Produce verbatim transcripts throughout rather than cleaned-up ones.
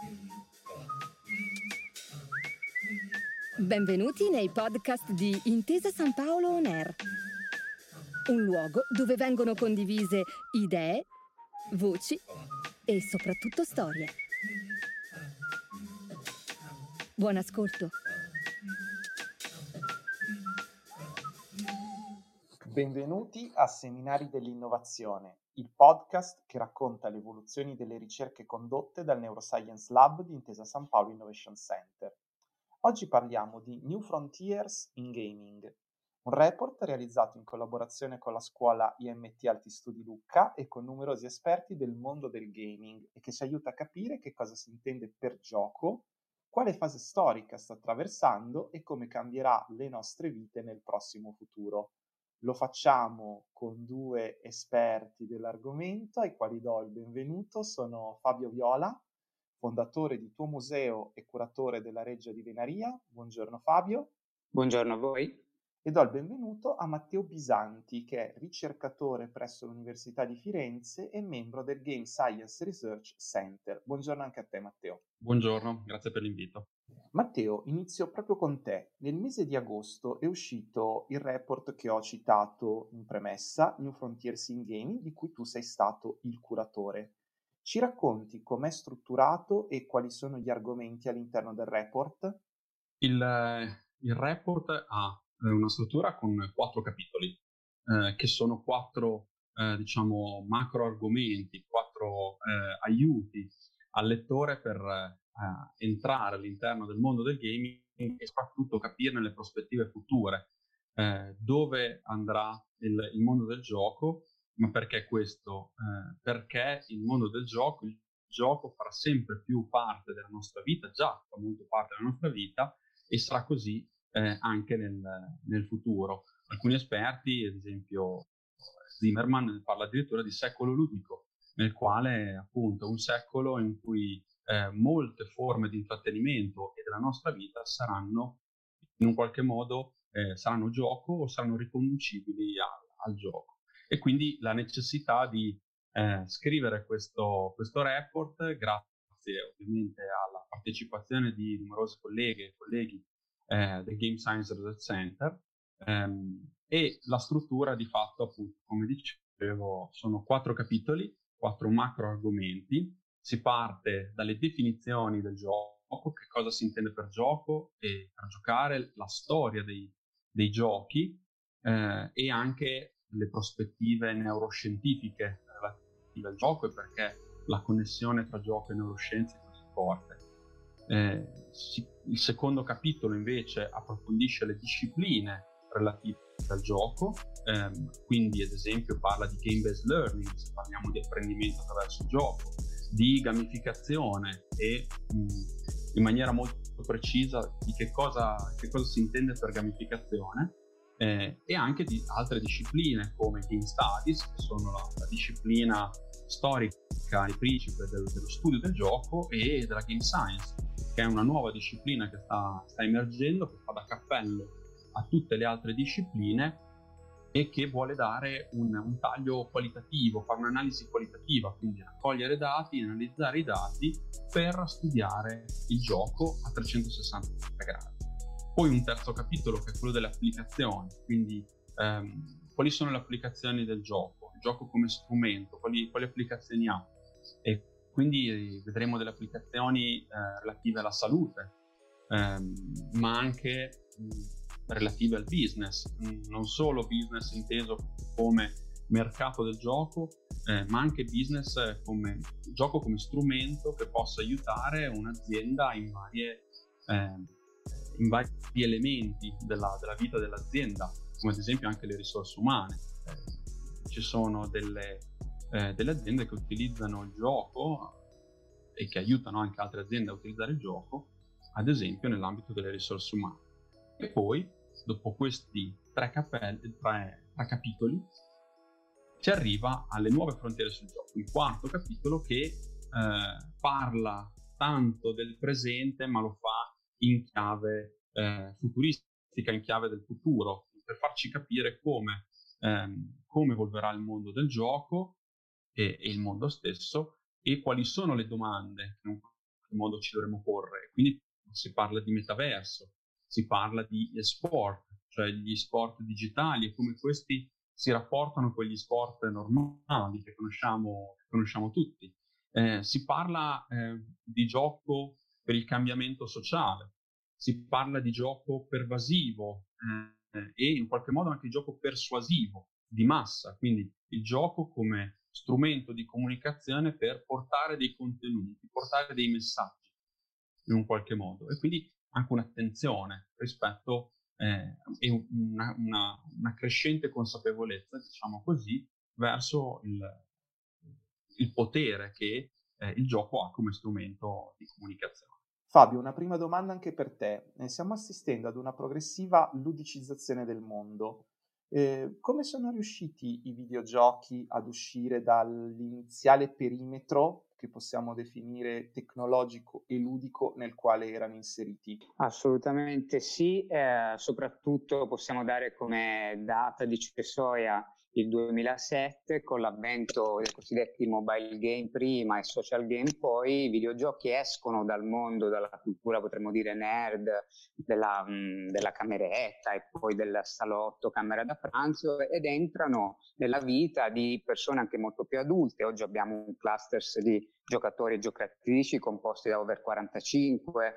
Benvenuti nei podcast di Intesa San Paolo On Air, un luogo dove vengono condivise idee, voci e soprattutto storie. Buon ascolto. Benvenuti a Seminari dell'Innovazione, il podcast che racconta le evoluzioni delle ricerche condotte dal Neuroscience Lab di Intesa San Paolo Innovation Center. Oggi parliamo di New Frontiers in Gaming, un report realizzato in collaborazione con la scuola I M T Alti Studi Lucca e con numerosi esperti del mondo del gaming e che ci aiuta a capire che cosa si intende per gioco, quale fase storica sta attraversando e come cambierà le nostre vite nel prossimo futuro. Lo facciamo con due esperti dell'argomento ai quali do il benvenuto. Sono Fabio Viola, fondatore di Tuo Museo e curatore della Reggia di Venaria. Buongiorno Fabio. Buongiorno a voi. E do il benvenuto a Matteo Bisanti, che è ricercatore presso l'Università di Firenze e membro del Game Science Research Center. Buongiorno anche a te, Matteo. Buongiorno, grazie per l'invito. Matteo, inizio proprio con te. Nel mese di agosto è uscito il report che ho citato in premessa, New Frontiers in Gaming, di cui tu sei stato il curatore. Ci racconti com'è strutturato e quali sono gli argomenti all'interno del report? Il, il report ha una struttura con quattro capitoli, eh, che sono quattro, eh, diciamo, macro argomenti, quattro eh, aiuti al lettore per eh, entrare all'interno del mondo del gaming e soprattutto capirne le prospettive future, eh, dove andrà il, il mondo del gioco. Ma perché questo? Eh, perché il mondo del gioco, il gioco farà sempre più parte della nostra vita, già fa molto parte della nostra vita e sarà così eh, anche nel, nel futuro. Alcuni esperti, ad esempio Zimmerman, parla addirittura di secolo ludico, nel quale appunto un secolo in cui eh, molte forme di intrattenimento e della nostra vita saranno in un qualche modo eh, saranno gioco o saranno riconducibili al, al gioco. E quindi la necessità di eh, scrivere questo, questo report, grazie ovviamente alla partecipazione di numerose colleghe e colleghi eh, del Game Science Research Center, ehm, e la struttura di fatto, appunto, come dicevo, sono quattro capitoli, quattro macro argomenti. Si parte dalle definizioni del gioco, che cosa si intende per gioco e per giocare, la storia dei, dei giochi eh, e anche le prospettive neuroscientifiche relative al gioco e perché la connessione tra gioco e neuroscienze è così forte. Eh, si, il secondo capitolo invece approfondisce le discipline relative al gioco, ehm, quindi ad esempio parla di game-based learning, se parliamo di apprendimento attraverso il gioco, di gamificazione e mh, in maniera molto precisa di che cosa, che cosa si intende per gamificazione. Eh, e anche di altre discipline come Game Studies, che sono la, la disciplina storica e principe del, dello studio del gioco, e della Game Science, che è una nuova disciplina che sta, sta emergendo, che fa da cappello a tutte le altre discipline e che vuole dare un, un taglio qualitativo, fare un'analisi qualitativa, quindi raccogliere dati, analizzare i dati per studiare il gioco a trecentosessanta gradi. Poi un terzo capitolo che è quello delle applicazioni, quindi ehm, quali sono le applicazioni del gioco, il gioco come strumento, quali, quali applicazioni ha. E quindi vedremo delle applicazioni eh, relative alla salute, ehm, ma anche mh, relative al business, mh, non solo business inteso come mercato del gioco, eh, ma anche business come gioco come strumento che possa aiutare un'azienda in varie eh, in vari elementi della, della vita dell'azienda, come ad esempio anche le risorse umane. Eh, ci sono delle, eh, delle aziende che utilizzano il gioco e che aiutano anche altre aziende a utilizzare il gioco, ad esempio nell'ambito delle risorse umane. E poi, dopo questi tre, capelli, tre, tre capitoli, si arriva alle nuove frontiere sul gioco, il quarto capitolo che eh, parla tanto del presente, ma lo fa in chiave eh, futuristica, in chiave del futuro, per farci capire come, ehm, come evolverà il mondo del gioco e, e il mondo stesso, e quali sono le domande che in qualche modo ci dovremmo porre. Quindi si parla di metaverso, si parla di sport, cioè gli sport digitali e come questi si rapportano con gli sport normali che conosciamo, che conosciamo tutti. Eh, si parla eh, di gioco per il cambiamento sociale, si parla di gioco pervasivo eh, e in qualche modo anche di gioco persuasivo, di massa, quindi il gioco come strumento di comunicazione per portare dei contenuti, portare dei messaggi in un qualche modo, e quindi anche un'attenzione rispetto eh, e una, una, una crescente consapevolezza, diciamo così, verso il, il potere che eh, il gioco ha come strumento di comunicazione. Fabio, una prima domanda anche per te. Eh, stiamo assistendo ad una progressiva ludicizzazione del mondo. Eh, come sono riusciti i videogiochi ad uscire dall'iniziale perimetro che possiamo definire tecnologico e ludico nel quale erano inseriti? Assolutamente sì, eh, soprattutto possiamo dare come data di Cesoia il duemilasette, con l'avvento dei cosiddetti mobile game prima e social game poi. I videogiochi escono dal mondo, dalla cultura, potremmo dire nerd, della, mh, della cameretta e poi del salotto, camera da pranzo, ed entrano nella vita di persone anche molto più adulte. Oggi abbiamo un cluster di giocatori e giocatrici composti da over quarantacinque,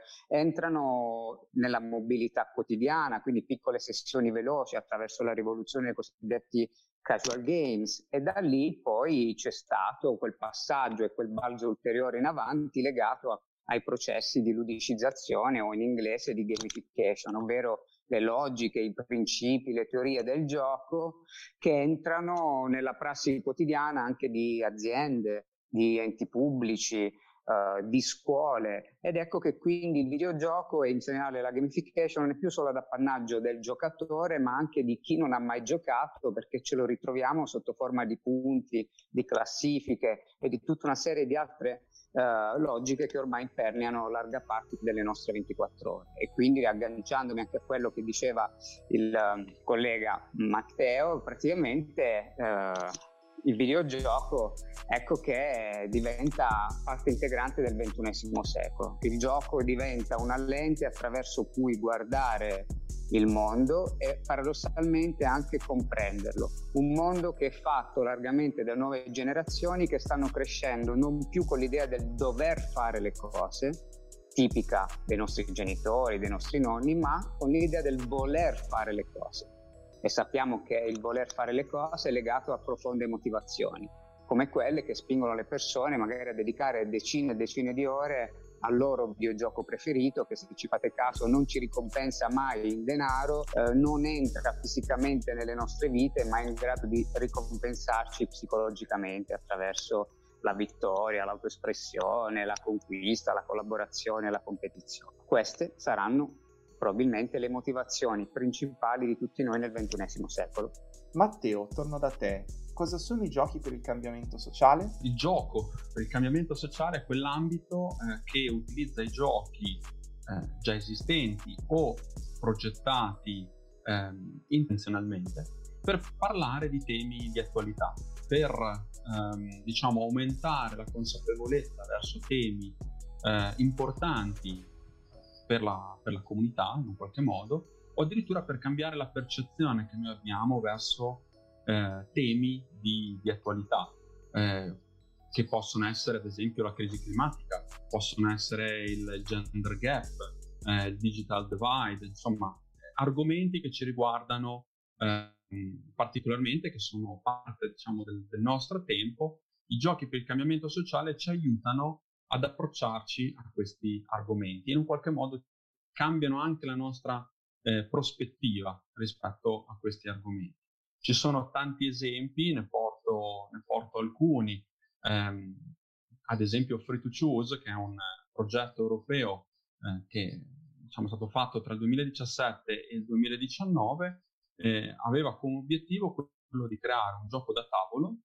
entrano nella mobilità quotidiana, quindi piccole sessioni veloci attraverso la rivoluzione dei cosiddetti casual games, e da lì poi c'è stato quel passaggio e quel balzo ulteriore in avanti legato a, ai processi di ludicizzazione, o in inglese di gamification, ovvero le logiche, i principi, le teorie del gioco che entrano nella prassi quotidiana anche di aziende, di enti pubblici, Uh, di scuole, ed ecco che quindi il videogioco e in generale la gamification non è più solo ad appannaggio del giocatore, ma anche di chi non ha mai giocato, perché ce lo ritroviamo sotto forma di punti, di classifiche e di tutta una serie di altre uh, logiche che ormai imperniano larga parte delle nostre ventiquattro ore. E quindi, riagganciandomi anche a quello che diceva il uh, collega Matteo, praticamente uh, il videogioco, ecco che diventa parte integrante del ventunesimo secolo. Il gioco diventa una lente attraverso cui guardare il mondo e paradossalmente anche comprenderlo. Un mondo che è fatto largamente da nuove generazioni che stanno crescendo non più con l'idea del dover fare le cose, tipica dei nostri genitori, dei nostri nonni, ma con l'idea del voler fare le cose. E sappiamo che il voler fare le cose è legato a profonde motivazioni, come quelle che spingono le persone magari a dedicare decine e decine di ore al loro videogioco preferito, che se ci fate caso non ci ricompensa mai in denaro, eh, non entra fisicamente nelle nostre vite, ma è in grado di ricompensarci psicologicamente attraverso la vittoria, l'autoespressione, la conquista, la collaborazione, la competizione. Queste saranno probabilmente le motivazioni principali di tutti noi nel ventunesimo secolo. Matteo, torno da te. Cosa sono i giochi per il cambiamento sociale? Il gioco per il cambiamento sociale è quell'ambito eh, che utilizza i giochi eh, già esistenti o progettati eh, intenzionalmente per parlare di temi di attualità, per ehm, diciamo aumentare la consapevolezza verso temi eh, importanti Per la, per la comunità in un qualche modo, o addirittura per cambiare la percezione che noi abbiamo verso eh, temi di, di attualità, eh, che possono essere ad esempio la crisi climatica, possono essere il gender gap, eh, il digital divide, insomma argomenti che ci riguardano eh, particolarmente, che sono parte, diciamo, del, del nostro tempo. I giochi per il cambiamento sociale ci aiutano ad approcciarci a questi argomenti e in un qualche modo cambiano anche la nostra eh, prospettiva rispetto a questi argomenti. Ci sono tanti esempi, ne porto, ne porto alcuni, ehm, ad esempio Free to Choose, che è un progetto europeo eh, che diciamo, è stato fatto tra il duemiladiciassette e il duemiladiciannove, eh, aveva come obiettivo quello di creare un gioco da tavolo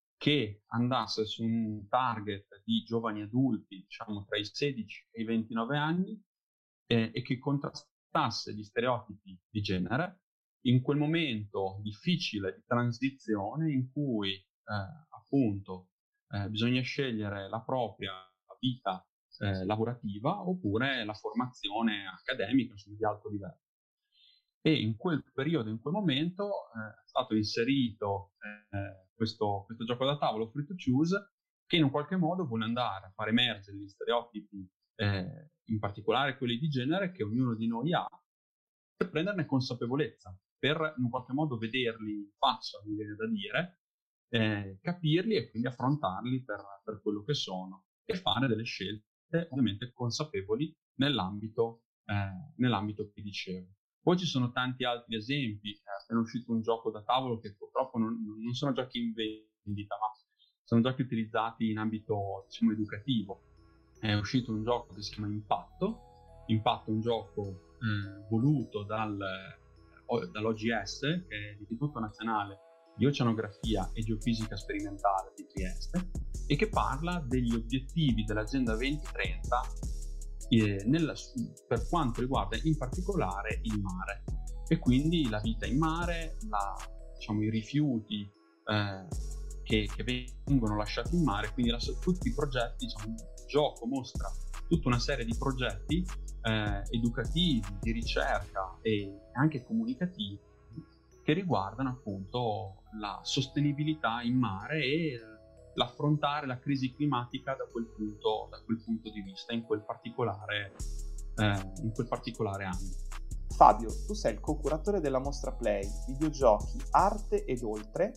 che andasse su un target di giovani adulti, diciamo tra i sedici e i ventinove anni, eh, e che contrastasse gli stereotipi di genere in quel momento difficile di transizione in cui eh, appunto eh, bisogna scegliere la propria vita eh, lavorativa oppure la formazione accademica, insomma, di alto livello. E in quel periodo, in quel momento, eh, è stato inserito eh, questo, questo gioco da tavolo Free to Choose, che in un qualche modo vuole andare a far emergere gli stereotipi, eh, in particolare quelli di genere, che ognuno di noi ha, per prenderne consapevolezza, per in un qualche modo vederli in faccia, mi viene da dire, eh, capirli e quindi affrontarli per, per quello che sono e fare delle scelte ovviamente consapevoli nell'ambito, eh, nell'ambito che dicevo. Poi ci sono tanti altri esempi, è appena uscito un gioco da tavolo che purtroppo non, non sono giochi in vendita, ma sono giochi utilizzati in ambito, diciamo, educativo. È uscito un gioco che si chiama Impatto. Impatto è un gioco eh, voluto dal, dall'O G S, che è l'Istituto Nazionale di Oceanografia e Geofisica Sperimentale di Trieste, e che parla degli obiettivi dell'Agenda duemilatrenta eh, nella, per quanto riguarda in particolare il mare, e quindi la vita in mare, la, diciamo, i rifiuti eh, che, che vengono lasciati in mare, quindi la, tutti i progetti, diciamo, il gioco mostra tutta una serie di progetti eh, educativi, di ricerca e anche comunicativi che riguardano appunto la sostenibilità in mare e l'affrontare la crisi climatica da quel punto, da quel punto di vista, in quel particolare, eh, in quel particolare ambito. Fabio, tu sei il co-curatore della mostra Play, videogiochi, arte ed oltre,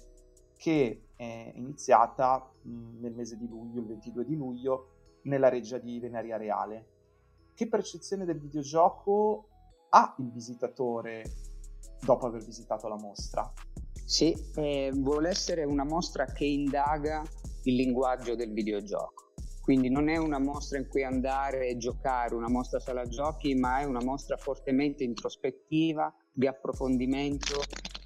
che è iniziata mh, nel mese di luglio, il ventidue di luglio, nella reggia di Venaria Reale. Che percezione del videogioco ha il visitatore dopo aver visitato la mostra? Sì, eh, vuole essere una mostra che indaga il linguaggio del videogioco. Quindi non è una mostra in cui andare e giocare, una mostra sala giochi, ma è una mostra fortemente introspettiva, di approfondimento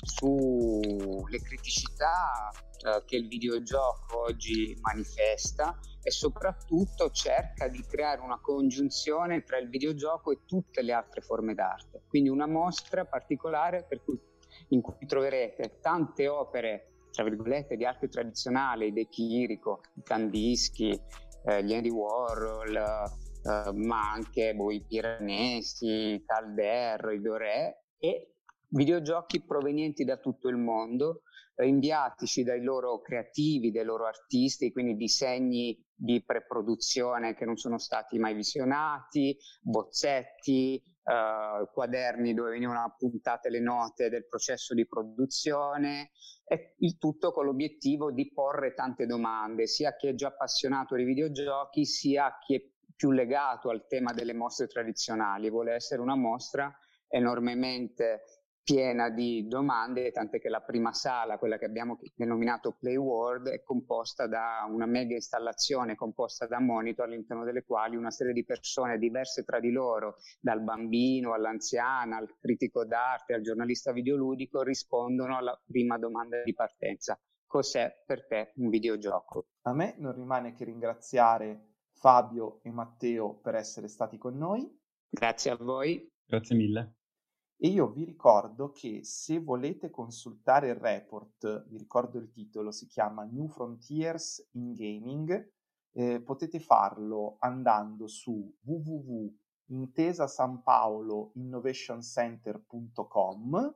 sulle criticità eh, che il videogioco oggi manifesta, e soprattutto cerca di creare una congiunzione tra il videogioco e tutte le altre forme d'arte. Quindi una mostra particolare per cui, in cui troverete tante opere, tra virgolette, di arte tradizionale, De Chirico, Kandinsky, eh, gli Andy Warhol, eh, ma anche boh, i Piranesi, Calder, i Doré, e videogiochi provenienti da tutto il mondo, eh, inviatici dai loro creativi, dai loro artisti, quindi disegni di preproduzione che non sono stati mai visionati, bozzetti, eh, quaderni dove venivano appuntate le note del processo di produzione, e il tutto con l'obiettivo di porre tante domande, sia a chi è già appassionato di videogiochi, sia a chi è più legato al tema delle mostre tradizionali. Vuole essere una mostra enormemente piena di domande, tant'è che la prima sala, quella che abbiamo denominato Play World, è composta da una mega installazione composta da monitor, all'interno delle quali una serie di persone diverse tra di loro, dal bambino all'anziana, al critico d'arte, al giornalista videoludico, rispondono alla prima domanda di partenza: cos'è per te un videogioco? A me non rimane che ringraziare Fabio e Matteo per essere stati con noi. Grazie a voi. Grazie mille. E io vi ricordo che se volete consultare il report, vi ricordo il titolo, si chiama New Frontiers in Gaming, eh, potete farlo andando su w w w punto intesa san paolo innovation center punto com.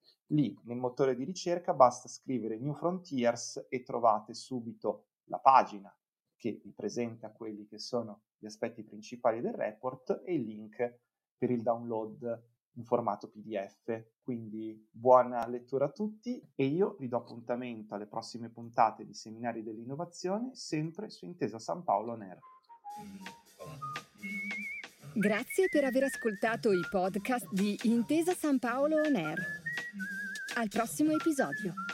Lì nel motore di ricerca basta scrivere New Frontiers e trovate subito la pagina che vi presenta quelli che sono gli aspetti principali del report e il link per il download in formato P D F. Quindi buona lettura a tutti, e io vi do appuntamento alle prossime puntate di Seminari dell'Innovazione, sempre su Intesa San Paolo On Air. Grazie per aver ascoltato i podcast di Intesa San Paolo On Air. Al prossimo episodio.